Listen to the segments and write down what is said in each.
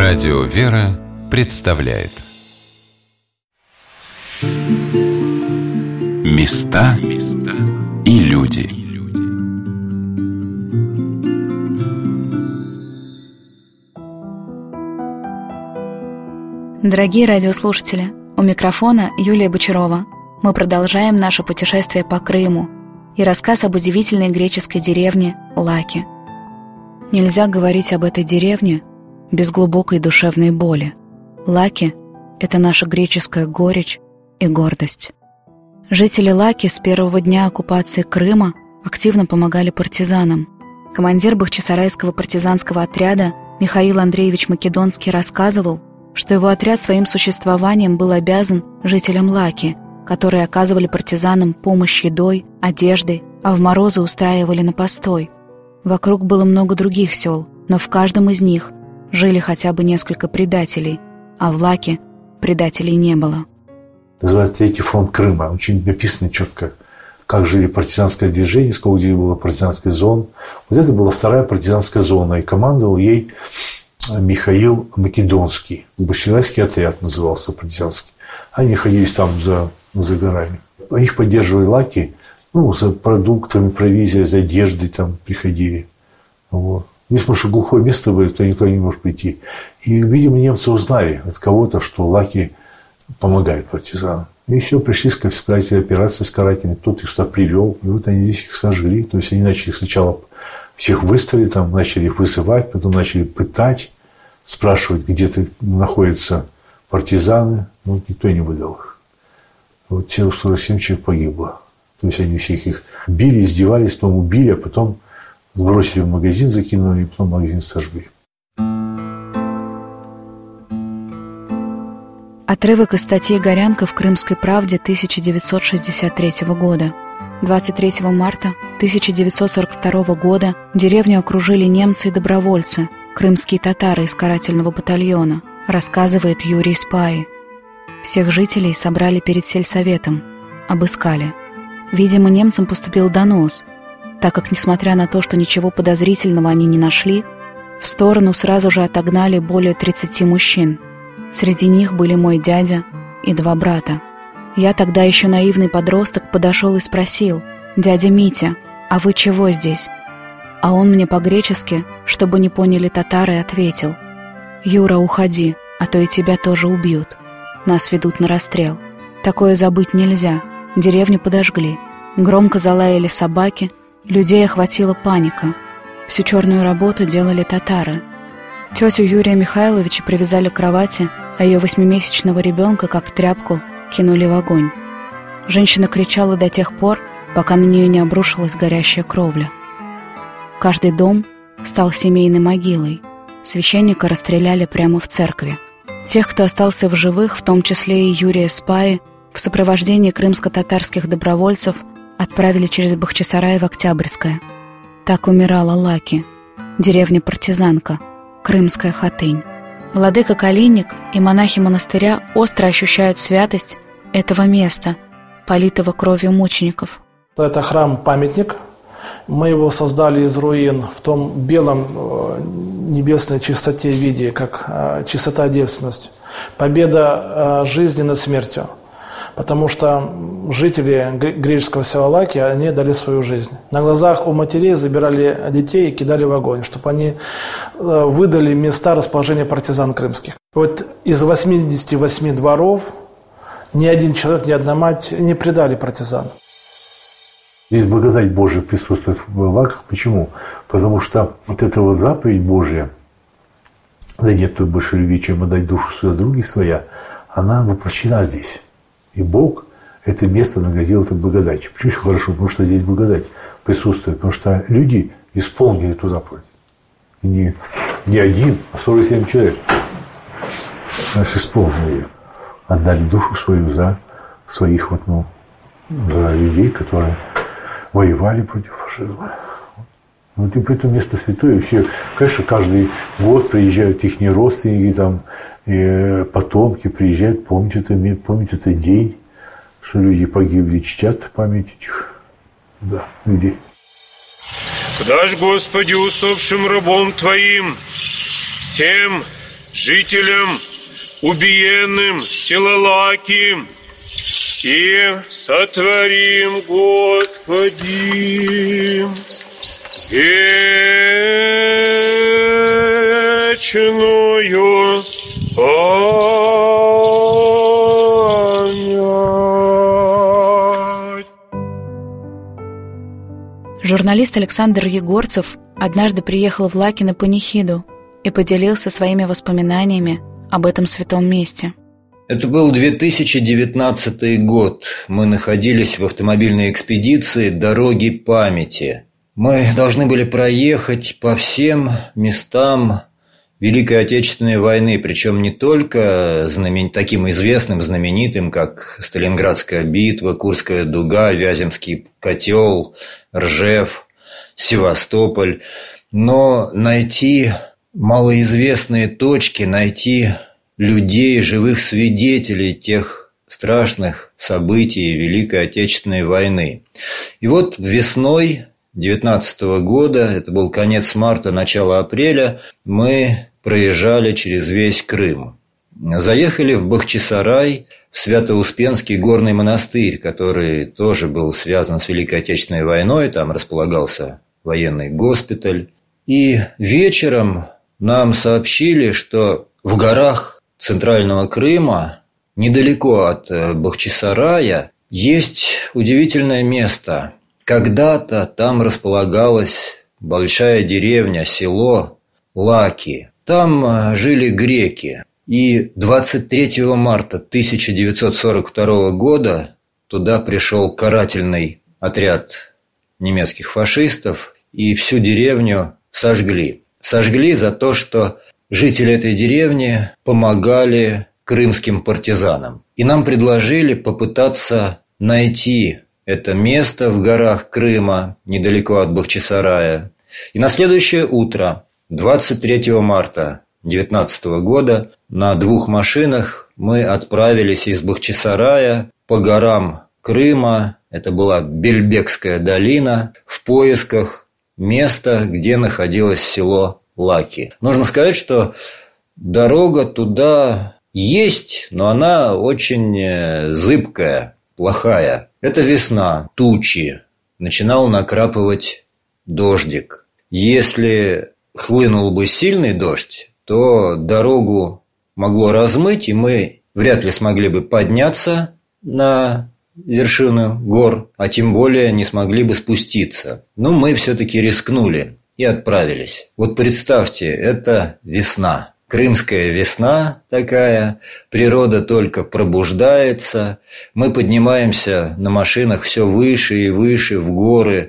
Радио «Вера» представляет Места и люди. Дорогие радиослушатели, у микрофона Юлия Бочарова. Мы продолжаем наше путешествие по Крыму и рассказ об удивительной греческой деревне Лаки. Нельзя говорить об этой деревне без глубокой душевной боли. Лаки — это наша греческая горечь и гордость. Жители Лаки с первого дня оккупации Крыма активно помогали партизанам. Командир Бахчисарайского партизанского отряда Михаил Андреевич Македонский рассказывал, что его отряд своим существованием был обязан жителям Лаки, которые оказывали партизанам помощь едой, одеждой, а в морозы устраивали на постой. Вокруг было много других сел, но в каждом из них жили хотя бы несколько предателей, а в Лаки предателей не было. Называют Третий фронт Крыма. Очень написано четко, как жили партизанское движение, сколько где было партизанских зон. Вот это была вторая партизанская зона, и командовал ей Михаил Македонский. Бахчисарайский отряд назывался партизанский. Они находились там за горами. Они поддерживали Лаки, за продуктами, провизией, за одеждой там приходили. Вот. Здесь, потому что глухое место было, туда никто не может прийти. И, видимо, немцы узнали от кого-то, что Лаки помогает партизанам. И все, пришли карательные операции с карателями, кто-то их сюда привел, и вот они здесь их сожгли. То есть они начали сначала всех выставили, там, начали их вызывать, потом начали пытать, спрашивать, где находятся партизаны. Но никто не выдал их. Вот 47 человек погибло. То есть они всех их били, издевались, потом убили, а потом сбросили в магазин, закинули, и потом магазин сожгли. Отрывок из статьи Горянко в «Крымской правде» 1963 года. 23 марта 1942 года деревню окружили немцы и добровольцы, крымские татары из карательного батальона, рассказывает Юрий Спаи. Всех жителей собрали перед сельсоветом, обыскали. Видимо, немцам поступил донос, так как, несмотря на то, что ничего подозрительного они не нашли, в сторону сразу же отогнали более 30 мужчин. Среди них были мой дядя и 2 брата. Я тогда еще наивный подросток подошел и спросил: «Дядя Митя, а вы чего здесь?» А он мне по-гречески, чтобы не поняли татары, ответил: «Юра, уходи, а то и тебя тоже убьют. Нас ведут на расстрел. Такое забыть нельзя». Деревню подожгли. Громко залаяли собаки, людей охватила паника. Всю черную работу делали татары. Тетю Юрия Михайловича привязали к кровати, а ее 8-месячного ребенка, как тряпку, кинули в огонь. Женщина кричала до тех пор, пока на нее не обрушилась горящая кровля. Каждый дом стал семейной могилой. Священника расстреляли прямо в церкви. Тех, кто остался в живых, в том числе и Юрия Спаи, в сопровождении крымско-татарских добровольцев отправили через Бахчисарай в Октябрьское. Так умирала Лаки, деревня-партизанка, крымская Хатынь. Владыка Калиник и монахи монастыря остро ощущают святость этого места, политого кровью мучеников. Это храм-памятник. Мы его создали из руин в том белом небесной чистоте виде, как чистота девственности. Победа жизни над смертью. Потому что жители греческого села Лаки, они дали свою жизнь. На глазах у матерей забирали детей и кидали в огонь, чтобы они выдали места расположения партизан крымских. Вот из 88 дворов ни один человек, ни одна мать не предали партизан. Здесь благодать Божия присутствует в Лаках. Почему? Потому что вот эта вот заповедь Божия, да нет той больше любви, чем отдать душу свою други своя, она воплощена здесь. И Бог это место наградил этой благодатью. Почему еще хорошо? Потому что здесь благодать присутствует. Потому что люди исполнили эту заповедь. И не один, а 47 человек. Значит, исполнили ее. Отдали душу свою за своих за людей, которые воевали против фашизма. Вот и поэтому место святое. Все, конечно, каждый год приезжают их родственники, там, и потомки приезжают, помнят этот день, что люди погибли, чтят память этих людей. Подашь, Господи, усопшим рабом Твоим, всем жителям убиенным села Лаки, и сотворим, Господи, вечную память. Журналист Александр Егорцев однажды приехал в Лаки на панихиду и поделился своими воспоминаниями об этом святом месте. Это был 2019 год. Мы находились в автомобильной экспедиции «Дороги памяти». Мы должны были проехать по всем местам Великой Отечественной войны, причем не только таким известным, знаменитым, как Сталинградская битва, Курская дуга, Вяземский котел, Ржев, Севастополь, но найти малоизвестные точки, найти людей, живых свидетелей тех страшных событий Великой Отечественной войны. И вот весной 2019 года, это был конец марта, начало апреля, мы проезжали через весь Крым. Заехали в Бахчисарай, в Свято-Успенский горный монастырь, который тоже был связан с Великой Отечественной войной, там располагался военный госпиталь. И вечером нам сообщили, что в горах Центрального Крыма, недалеко от Бахчисарая, есть удивительное место. Когда-то там располагалась большая деревня, село Лаки. Там жили греки. И 23 марта 1942 года туда пришел карательный отряд немецких фашистов и всю деревню сожгли. Сожгли за то, что жители этой деревни помогали крымским партизанам. И нам предложили попытаться найти это место в горах Крыма, недалеко от Бахчисарая. И на следующее утро, 23 марта 2019 года, на 2 машинах мы отправились из Бахчисарая по горам Крыма, это была Бельбекская долина, в поисках места, где находилось село Лаки. Нужно сказать, что дорога туда есть, но она очень зыбкая, плохая. Это весна, тучи, начинал накрапывать дождик. Если хлынул бы сильный дождь, то дорогу могло размыть, и мы вряд ли смогли бы подняться на вершину гор, а тем более не смогли бы спуститься. Но мы все-таки рискнули и отправились. Вот представьте, это весна. Крымская весна такая, природа только пробуждается, мы поднимаемся на машинах все выше и выше в горы,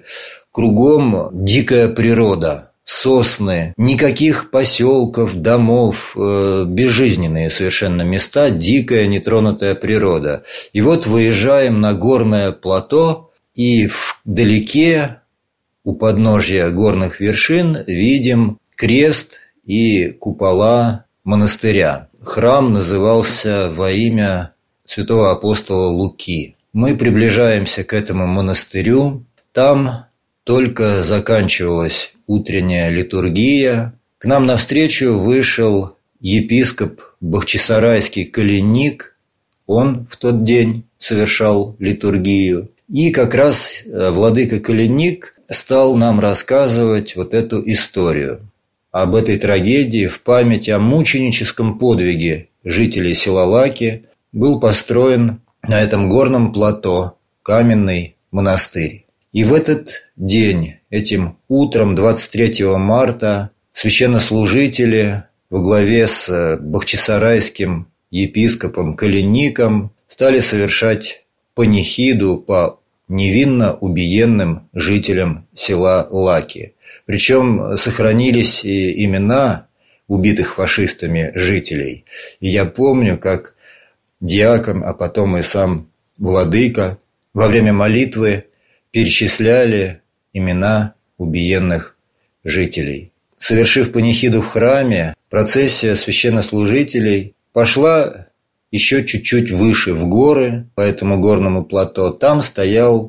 кругом дикая природа, сосны, никаких поселков, домов, безжизненные совершенно места, дикая нетронутая природа. И вот выезжаем на горное плато, и вдалеке у подножья горных вершин видим крест и купола монастыря. Храм назывался во имя святого апостола Луки. Мы приближаемся к этому монастырю. Там только заканчивалась утренняя литургия. К нам навстречу вышел епископ Бахчисарайский Калиник. Он в тот день совершал литургию. И как раз владыка Калиник стал нам рассказывать вот эту историю. Об этой трагедии в память о мученическом подвиге жителей села Лаки был построен на этом горном плато каменный монастырь. И в этот день, этим утром 23 марта, священнослужители во главе с бахчисарайским епископом Калиником стали совершать панихиду по невинно убиенным жителям села Лаки. Причем сохранились и имена убитых фашистами жителей. И я помню, как диакон, а потом и сам владыка во время молитвы перечисляли имена убиенных жителей. Совершив панихиду в храме, процессия священнослужителей пошла еще чуть-чуть выше в горы, по этому горному плато. Там стоял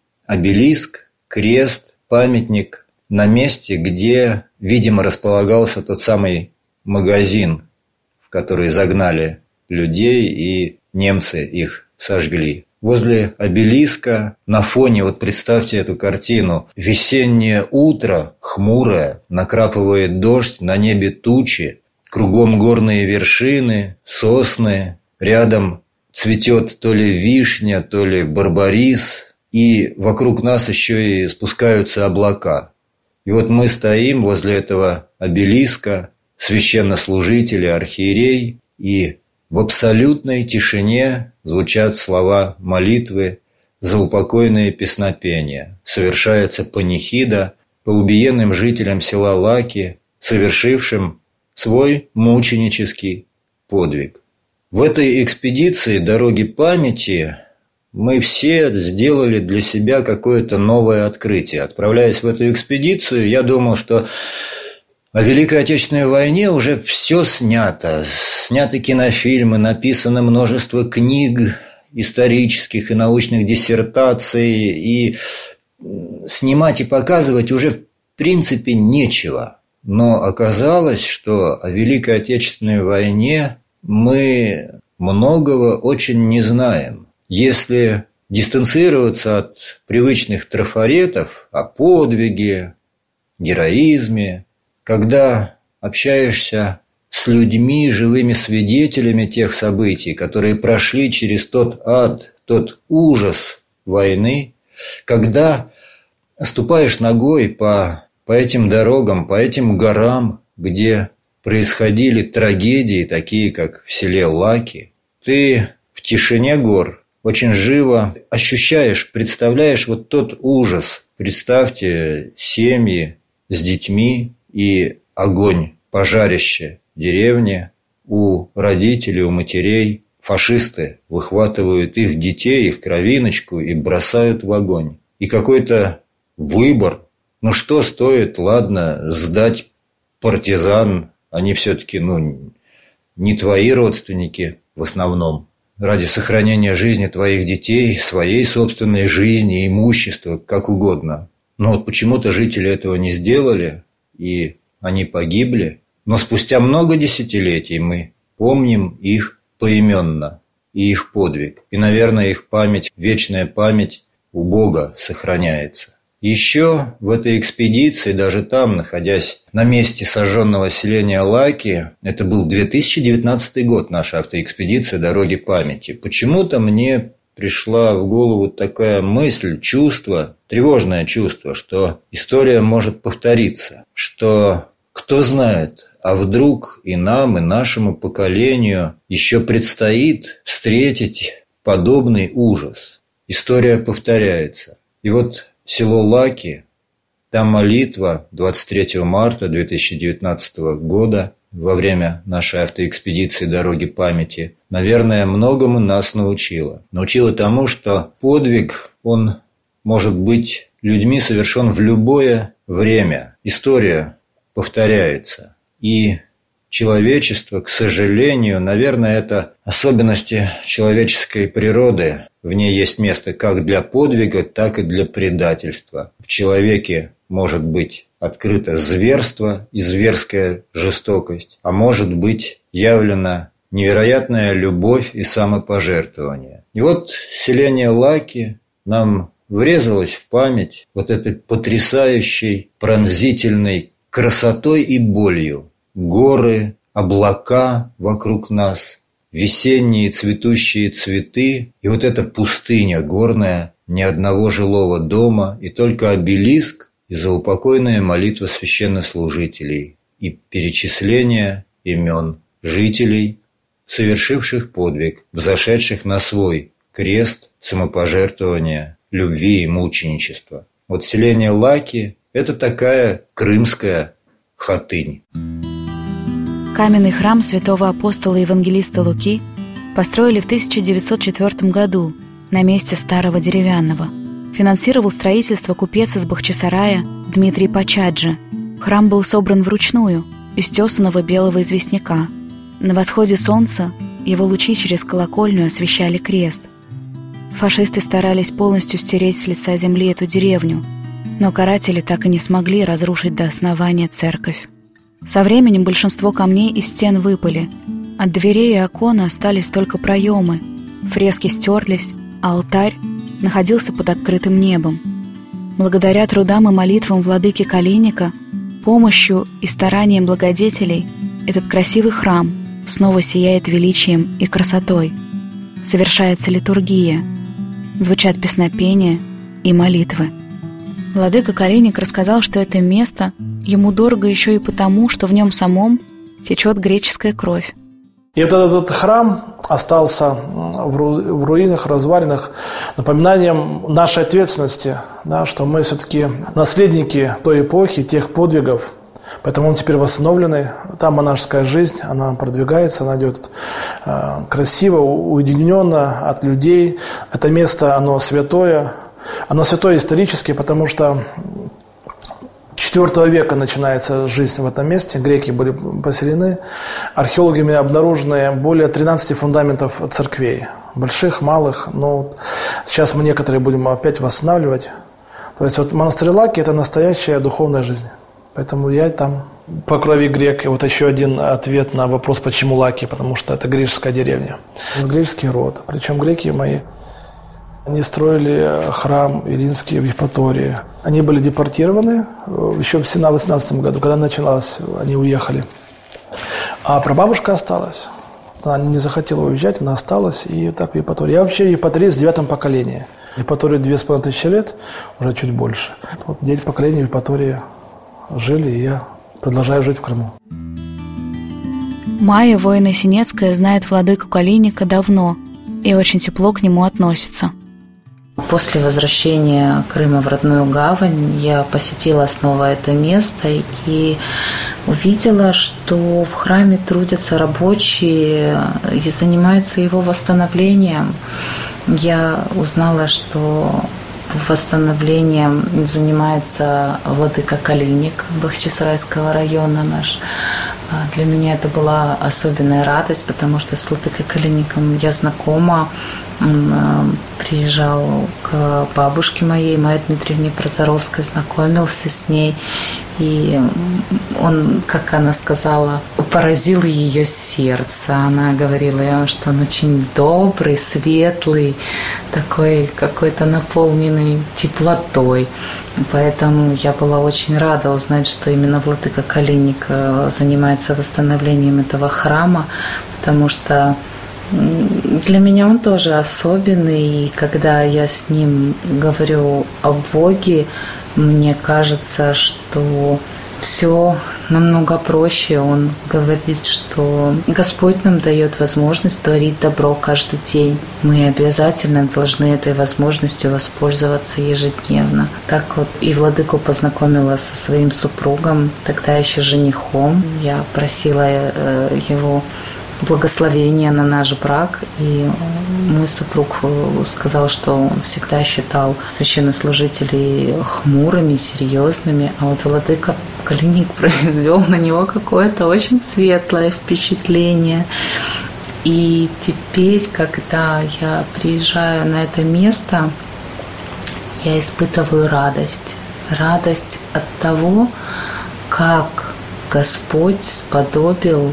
обелиск, крест, памятник на месте, где, видимо, располагался тот самый магазин в который загнали людей, и немцы их сожгли. Возле обелиска на фоне, вот представьте эту картину, весеннее утро, хмурое, накрапывает дождь, на небе тучи, кругом горные вершины, сосны, рядом цветет то ли вишня, то ли барбарис, и вокруг нас еще и спускаются облака. И вот мы стоим возле этого обелиска, священнослужители, архиерей, и в абсолютной тишине звучат слова молитвы, заупокойные песнопения. Совершается панихида по убиенным жителям села Лаки, совершившим свой мученический подвиг. В этой экспедиции «Дороги памяти» мы все сделали для себя какое-то новое открытие. Отправляясь в эту экспедицию, я думал, что о Великой Отечественной войне уже все снято. Сняты кинофильмы, написано множество книг исторических и научных диссертаций. И снимать и показывать уже в принципе нечего. Но оказалось, что о Великой Отечественной войне мы многого очень не знаем. Если дистанцироваться от привычных трафаретов о подвиге, героизме, когда общаешься с людьми, живыми свидетелями тех событий, которые прошли через тот ад, тот ужас войны, когда ступаешь ногой по этим дорогам, по этим горам, где происходили трагедии, такие как в селе Лаки, ты в тишине гор очень живо ощущаешь, представляешь вот тот ужас. Представьте семьи с детьми и огонь, пожарище деревни, у родителей, у матерей. Фашисты выхватывают их детей, их кровиночку и бросают в огонь. И какой-то выбор. Ну что стоит, ладно, сдать партизан, они все-таки, не твои родственники в основном. Ради сохранения жизни твоих детей, своей собственной жизни, имущества, как угодно. Но вот почему-то жители этого не сделали, и они погибли. Но спустя много десятилетий мы помним их поименно и их подвиг. И, наверное, их память, вечная память у Бога сохраняется. Еще в этой экспедиции, даже там, находясь на месте сожженного селения Лаки, это был 2019 год, наша автоэкспедиция «Дороги памяти», почему-то мне пришла в голову такая мысль, чувство, тревожное чувство, что история может повториться, что кто знает, а вдруг и нам, и нашему поколению еще предстоит встретить подобный ужас. История повторяется. И вот село Лаки, там молитва 23 марта 2019 года во время нашей автоэкспедиции «Дороги памяти», наверное, многому нас научила. Научила тому, что подвиг, он может быть людьми совершен в любое время. История повторяется. И человечество, к сожалению, наверное, это особенности человеческой природы. В ней есть место как для подвига, так и для предательства. В человеке может быть открыто зверство и зверская жестокость, а может быть явлена невероятная любовь и самопожертвование. И вот селение Лаки нам врезалось в память вот этой потрясающей, пронзительной красотой и болью. Горы, облака вокруг нас, весенние цветущие цветы, и вот эта пустыня горная, ни одного жилого дома, и только обелиск и заупокойная молитва священнослужителей, и перечисление имен жителей, совершивших подвиг, взошедших на свой крест самопожертвования, любви и мученичества. Вот селение Лаки – это такая крымская Хатынь. Каменный храм святого апостола и евангелиста Луки построили в 1904 году на месте старого деревянного. Финансировал строительство купец из Бахчисарая Дмитрий Почаджи. Храм был собран вручную из тесаного белого известняка. На восходе солнца его лучи через колокольню освещали крест. Фашисты старались полностью стереть с лица земли эту деревню, но каратели так и не смогли разрушить до основания церковь. Со временем большинство камней из стен выпали, От дверей и окон остались только проемы. Фрески стерлись, а алтарь находился под открытым небом. Благодаря трудам и молитвам владыки Калиника, помощью и стараниям благодетелей этот красивый храм снова сияет величием и красотой. Совершается литургия, звучат песнопения и молитвы. Владыка Калиник рассказал, что это место ему дорого еще и потому, что в нем самом течет греческая кровь. И вот этот храм остался в руинах, развалинах, напоминанием нашей ответственности, да, что мы все-таки наследники той эпохи, тех подвигов. Поэтому он теперь восстановленный. Там монашеская жизнь, она продвигается, она идет красиво, уединенно от людей. Это место, оно святое. Оно святое исторически, потому что IV века начинается жизнь в этом месте. Греки были поселены. Археологами обнаружены более 13 фундаментов церквей. Больших, малых. Но сейчас мы некоторые будем опять восстанавливать. То есть вот монастырь Лаки – это настоящая духовная жизнь. Поэтому я там по крови грек. И вот еще один ответ на вопрос, почему Лаки. Потому что это греческая деревня. Греческий род. Причем греки мои, они строили храм Илинский в Евпатории. Они были депортированы еще в 18 году, когда началось, они уехали. А прабабушка осталась. Она не захотела уезжать, она осталась. И так в Евпатории. Я вообще в Евпатории с 9 поколения. В Евпатории 2500 лет, уже чуть больше. Вот 9 поколений в Евпатории жили, и я продолжаю жить в Крыму. Майя, воина Синецкая, знает владыку Калиника давно и очень тепло к нему относится. После возвращения Крыма в родную гавань я посетила снова это место и увидела, что в храме трудятся рабочие и занимаются его восстановлением. Я узнала, что восстановлением занимается владыка Калиник Бахчисарайского района наш. Для меня это была особенная радость, потому что с владыкой Калиником я знакома. Он приезжал к бабушке моей, Майе Дмитриевне Прозоровской, знакомился с ней. И он, как она сказала, поразил ее сердце. Она говорила, что он очень добрый, светлый, такой какой-то наполненный теплотой. Поэтому я была очень рада узнать, что именно владыка Калиник занимается восстановлением этого храма, потому что для меня он тоже особенный, и когда я с ним говорю о Боге, мне кажется, что все намного проще. Он говорит, что Господь нам дает возможность творить добро каждый день. Мы обязательно должны этой возможностью воспользоваться ежедневно. Так вот и владыку познакомила со своим супругом, тогда еще женихом. Я просила его благословения на наш брак, и мой супруг сказал, что он всегда считал священнослужителей хмурыми, серьезными, а вот владыка Калиник произвел на него какое-то очень светлое впечатление. И теперь, когда я приезжаю на это место, я испытываю радость. Радость от того, как Господь сподобил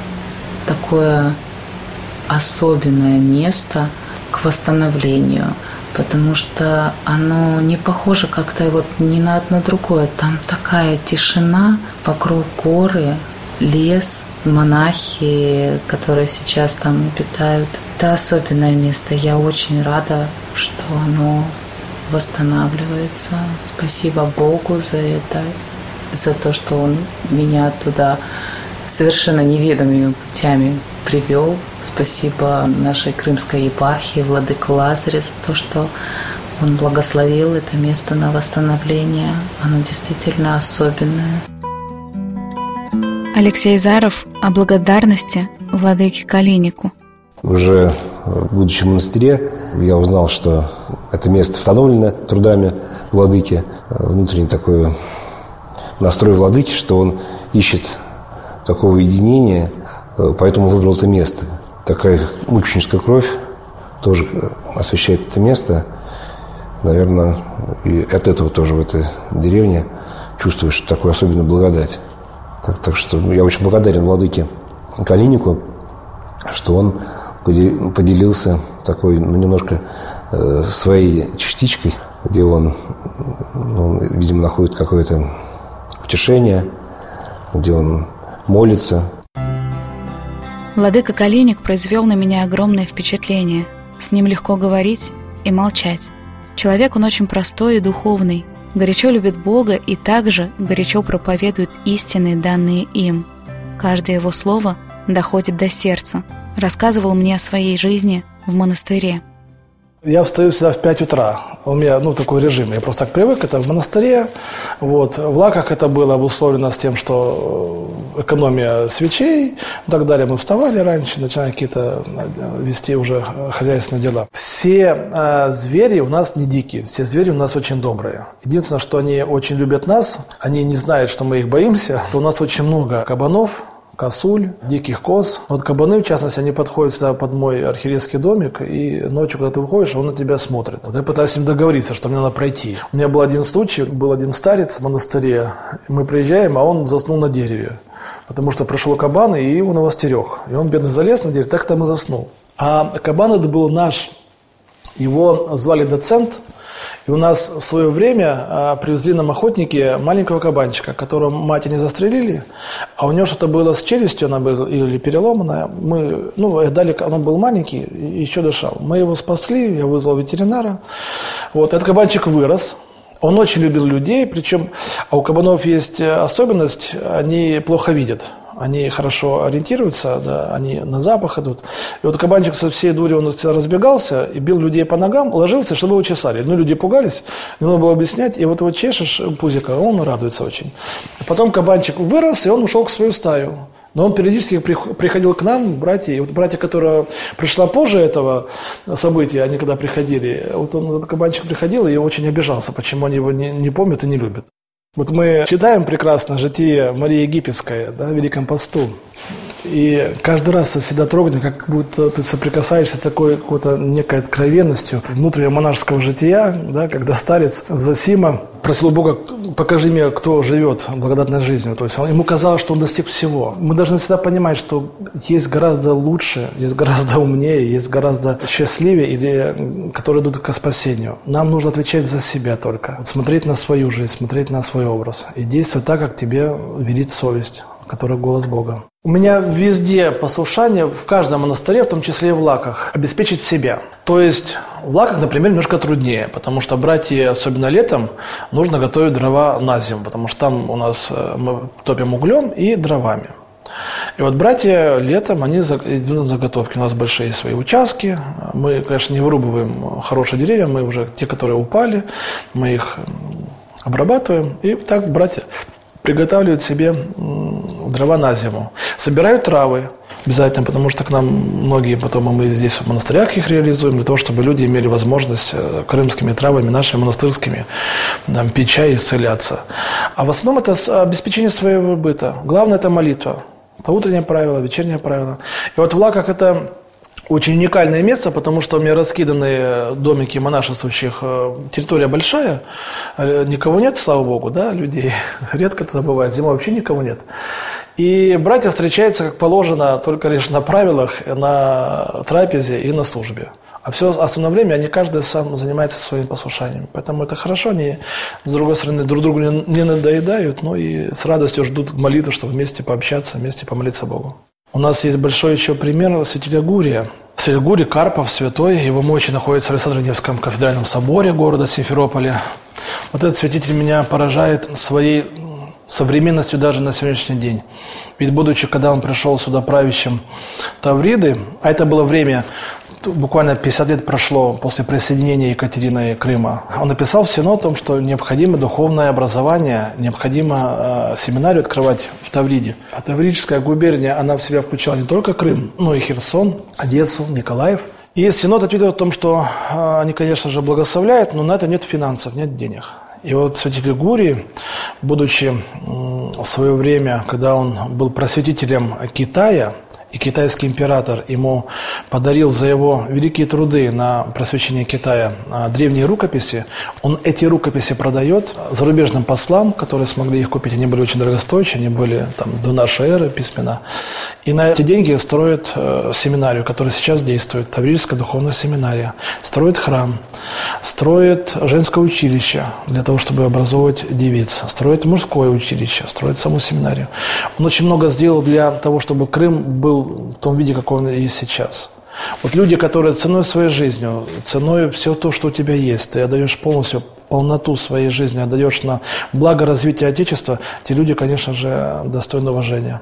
такое особенное место к восстановлению, потому что оно не похоже как-то вот ни на одно другое. Там такая тишина, вокруг горы, лес, монахи, которые сейчас там обитают. Это особенное место. Я очень рада, что оно восстанавливается. Спасибо Богу за это, за то, что Он меня туда совершенно неведомыми путями привел. Спасибо нашей крымской епархии, владыку Лазаря, за то, что он благословил это место на восстановление. Оно действительно особенное. Алексей Заров о благодарности владыке Калинику. Уже будучи в монастыре, я узнал, что это место восстановлено трудами владыки. Внутренний такой настрой владыки, что он ищет такого единения, поэтому выбрал это место. Такая мученическая кровь тоже освещает это место. Наверное, и от этого тоже в этой деревне чувствуешь такую особенную благодать. Так что я очень благодарен владыке Калинику что он поделился такой, немножко своей частичкой, где он, видимо, находит какое-то утешение, где он молится. Владыка Калиник произвел на меня огромное впечатление. С ним легко говорить и молчать. Человек он очень простой и духовный, горячо любит Бога и также горячо проповедует истины, данные им. Каждое его слово доходит до сердца. Рассказывал мне о своей жизни в монастыре. Я встаю всегда в 5 утра. У меня такой режим. Я просто так привык. Это в монастыре. В Лаках это было обусловлено с тем, что экономия свечей и так далее. Мы вставали раньше, начинали какие-то вести уже хозяйственные дела. Все звери у нас не дикие. Все звери у нас очень добрые. Единственное, что они очень любят нас. Они не знают, что мы их боимся. У нас очень много кабанов, косуль, диких коз. Кабаны, в частности, они подходят сюда под мой архиерейский домик, и ночью, когда ты выходишь, он на тебя смотрит. Я пытаюсь с ним договориться, что мне надо пройти. У меня был один случай, был один старец в монастыре, мы приезжаем, а он заснул на дереве, потому что пришел кабан, и он его стерег. И он, бедный, залез на дерево, так там и заснул. А кабан это был наш, его звали Доцент. И у нас в свое время привезли нам охотники маленького кабанчика, которого мать не застрелили, а у него что-то было с челюстью, она была или переломанная. Мы, дали, он был маленький и еще дышал. Мы его спасли, я вызвал ветеринара. Этот кабанчик вырос. Он очень любил людей, причем, у кабанов есть особенность, они плохо видят. Они хорошо ориентируются, да, они на запах идут. И кабанчик со всей дури, он разбегался и бил людей по ногам, ложился, чтобы его чесали. Люди пугались, не надо было объяснять, и его чешешь пузика, он радуется очень. Потом кабанчик вырос, и он ушел к свою стаю. Но он периодически приходил к нам, братья, и братья, которая пришла позже этого события, они когда приходили, этот кабанчик приходил и очень обижался, почему они его не помнят и не любят. Мы читаем прекрасно житие Марии Египетской, в Великом посту. И каждый раз всегда трогательно, как будто ты соприкасаешься с такой какой-то некой откровенностью внутреннего монашеского жития, когда старец Зосима просил Бога: покажи мне, кто живет благодатной жизнью. То есть ему казалось, что он достиг всего. Мы должны всегда понимать, что есть гораздо лучше, есть гораздо умнее, есть гораздо счастливее, или которые идут к спасению. Нам нужно отвечать за себя только. Смотреть на свою жизнь, смотреть на свой образ и действовать так, как тебе велит совесть, который голос Бога. У меня везде послушание, в каждом монастыре, в том числе и в Лаках, обеспечить себя. То есть в Лаках, например, немножко труднее, потому что братья, особенно летом, нужно готовить дрова на зиму, потому что там у нас мы топим углем и дровами. И братья летом, они идут на заготовки. У нас большие свои участки. Мы, конечно, не вырубываем хорошие деревья, мы уже те, которые упали, мы их обрабатываем. И так братья приготавливают себе дрова на зиму. Собирают травы обязательно, потому что к нам многие потом, мы здесь в монастырях их реализуем, для того, чтобы люди имели возможность крымскими травами, нашими монастырскими, пить чай и исцеляться. А в основном это обеспечение своего быта. Главное – это молитва. Это утреннее правило, вечернее правило. И в Лаках это очень уникальное место, потому что у меня раскиданы домики монашествующих, территория большая, никого нет, слава Богу, людей. Редко это бывает, зимой вообще никого нет. И братья встречаются, как положено, только лишь на правилах, на трапезе и на службе. А все остальное время они каждый сам занимается своим послушанием. Поэтому это хорошо, они, с другой стороны, друг другу не надоедают, но и с радостью ждут молитвы, чтобы вместе пообщаться, вместе помолиться Богу. У нас есть большой еще пример святителя Гурия. Святой Гурий, Карпов, святой, его мощи находятся в Александро-Невском кафедральном соборе города Симферополя. Этот святитель меня поражает своей современностью даже на сегодняшний день. Ведь будучи, когда он пришел сюда правящим Тавриды, а это было время, буквально 50 лет прошло после присоединения Екатерины Крыма, он написал в Синод о том, что необходимо духовное образование, необходимо семинарию открывать в Тавриде. А Таврическая губерния, она в себя включала не только Крым, но и Херсон, Одессу, Николаев. И Синод ответил о том, что они, конечно же, благословляют, но на это нет финансов, нет денег. И святитель Гурий, будучи в свое время, когда он был просветителем Китая, и китайский император ему подарил за его великие труды на просвещение Китая древние рукописи, он эти рукописи продает зарубежным послам, которые смогли их купить. Они были очень дорогостоящие, они были там, до нашей эры письмена. И на эти деньги строит семинарию, которая сейчас действует, Таврическая духовная семинария. Строит храм, строит женское училище для того, чтобы образовывать девиц, строит мужское училище, строит саму семинарию. Он очень много сделал для того, чтобы Крым был в том виде, какой он есть сейчас. Вот люди, которые ценой своей жизнью, ценой все то, что у тебя есть, ты отдаешь полностью полноту своей жизни, отдаешь на благо развития Отечества, те люди, конечно же, достойны уважения.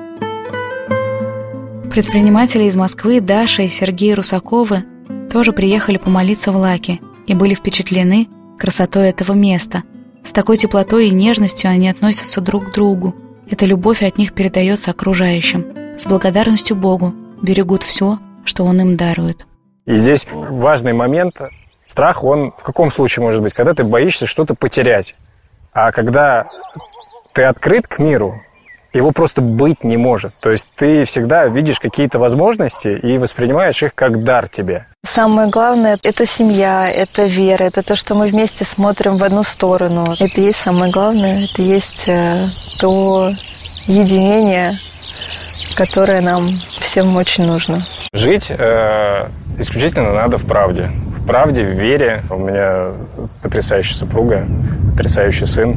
Предприниматели из Москвы Даша и Сергей Русаковы тоже приехали помолиться в Лаки и были впечатлены красотой этого места. С такой теплотой и нежностью они относятся друг к другу. Эта любовь от них передается окружающим. С благодарностью Богу берегут все, что Он им дарует. И здесь важный момент. Страх, он в каком случае может быть? Когда ты боишься что-то потерять. А когда ты открыт к миру, его просто быть не может. То есть ты всегда видишь какие-то возможности и воспринимаешь их как дар тебе. Самое главное – это семья, это вера, это то, что мы вместе смотрим в одну сторону. Это и есть самое главное, это и есть то единение, которое нам всем очень нужно. Жить исключительно надо в правде. В правде, в вере. У меня потрясающая супруга, потрясающий сын,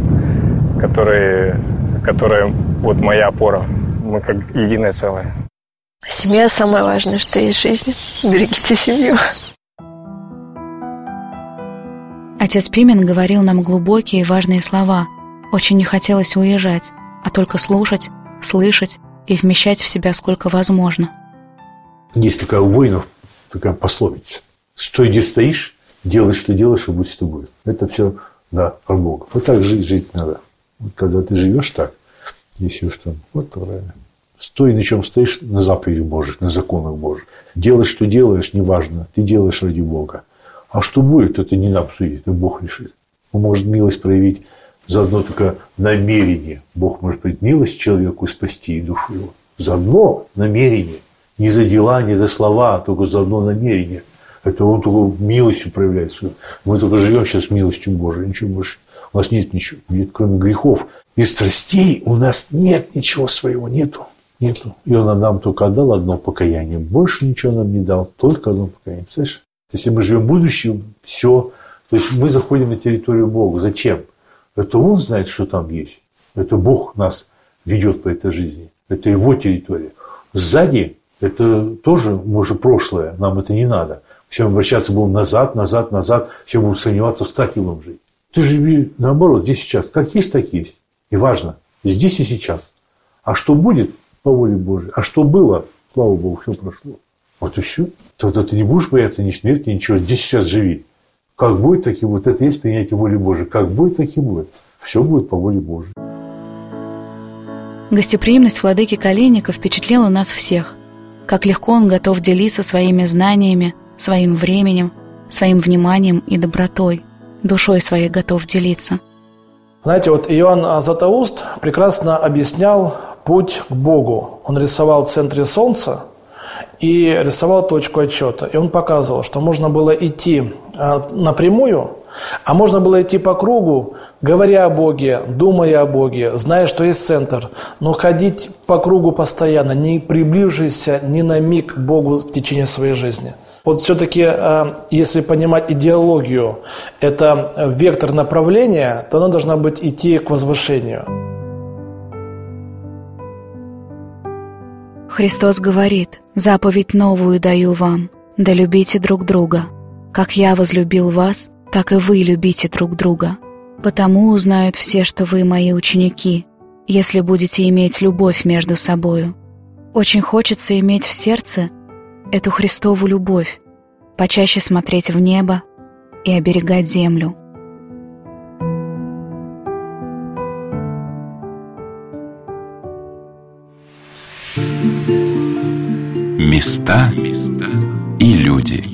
которая вот моя опора. Мы как единое целое. Семья – самое важное, что есть в жизни. Берегите семью. Отец Пимен говорил нам глубокие и важные слова. Очень не хотелось уезжать, а только слушать, слышать и вмещать в себя сколько возможно. Есть такая у воинов такая пословица. Стой, где стоишь, делай, что делаешь, и будь с тобой. Это все, да, про Бога. Вот так жить надо. Вот когда ты живешь так, и все, что вот правильно. Стой, на чем стоишь, на заповедях Божьих, на законах Божьих. Делай, что делаешь, неважно. Ты делаешь ради Бога. А что будет, это не нам судить, это Бог решит. Он может милость проявить за одно только намерение. Бог может проявить милость человеку и спасти душу его. За одно намерение. Не за дела, не за слова, а только за одно намерение. Это он только милостью проявляет свою. Мы только живем сейчас милостью Божией, ничего больше. У нас нет ничего, нет, кроме грехов. И страстей у нас нет ничего своего, нету. И он нам только отдал одно покаяние. Больше ничего нам не дал, только одно покаяние. Представляешь? Если мы живем в будущем, все. То есть мы заходим на территорию Бога. Зачем? Это Он знает, что там есть. Это Бог нас ведет по этой жизни. Это Его территория. Сзади это тоже, может, прошлое. Нам это не надо. Все обращаться будем назад. Все будем сомневаться, в страхе будем жить. Ты живи наоборот, здесь сейчас. Как есть, так есть. И важно. Здесь и сейчас. А что будет, по воле Божьей. А что было, слава Богу, все прошло. Вот и все. Тогда ты не будешь бояться ни смерти, ничего. Здесь сейчас живи. Как будет, так и будет. Это есть принятие воли Божьей. Как будет, так и будет. Все будет по воле Божьей. Гостеприимность владыки Калиника впечатлила нас всех. Как легко он готов делиться своими знаниями, своим временем, своим вниманием и добротой. Душой своей готов делиться. Знаете, вот Иоанн Златоуст прекрасно объяснял путь к Богу. Он рисовал в центре солнца и рисовал точку отсчета. И он показывал, что можно было идти напрямую, а можно было идти по кругу, говоря о Боге, думая о Боге, зная, что есть центр, но ходить по кругу постоянно, не приближившись ни на миг к Богу в течение своей жизни. Вот все-таки, если понимать идеологию, это вектор направления, то она должна быть идти к возвышению. Христос говорит: «Заповедь новую даю вам, да любите друг друга. Как я возлюбил вас, так и вы любите друг друга. Потому узнают все, что вы мои ученики, если будете иметь любовь между собою». Очень хочется иметь в сердце эту Христову любовь, почаще смотреть в небо и оберегать землю. Места и люди.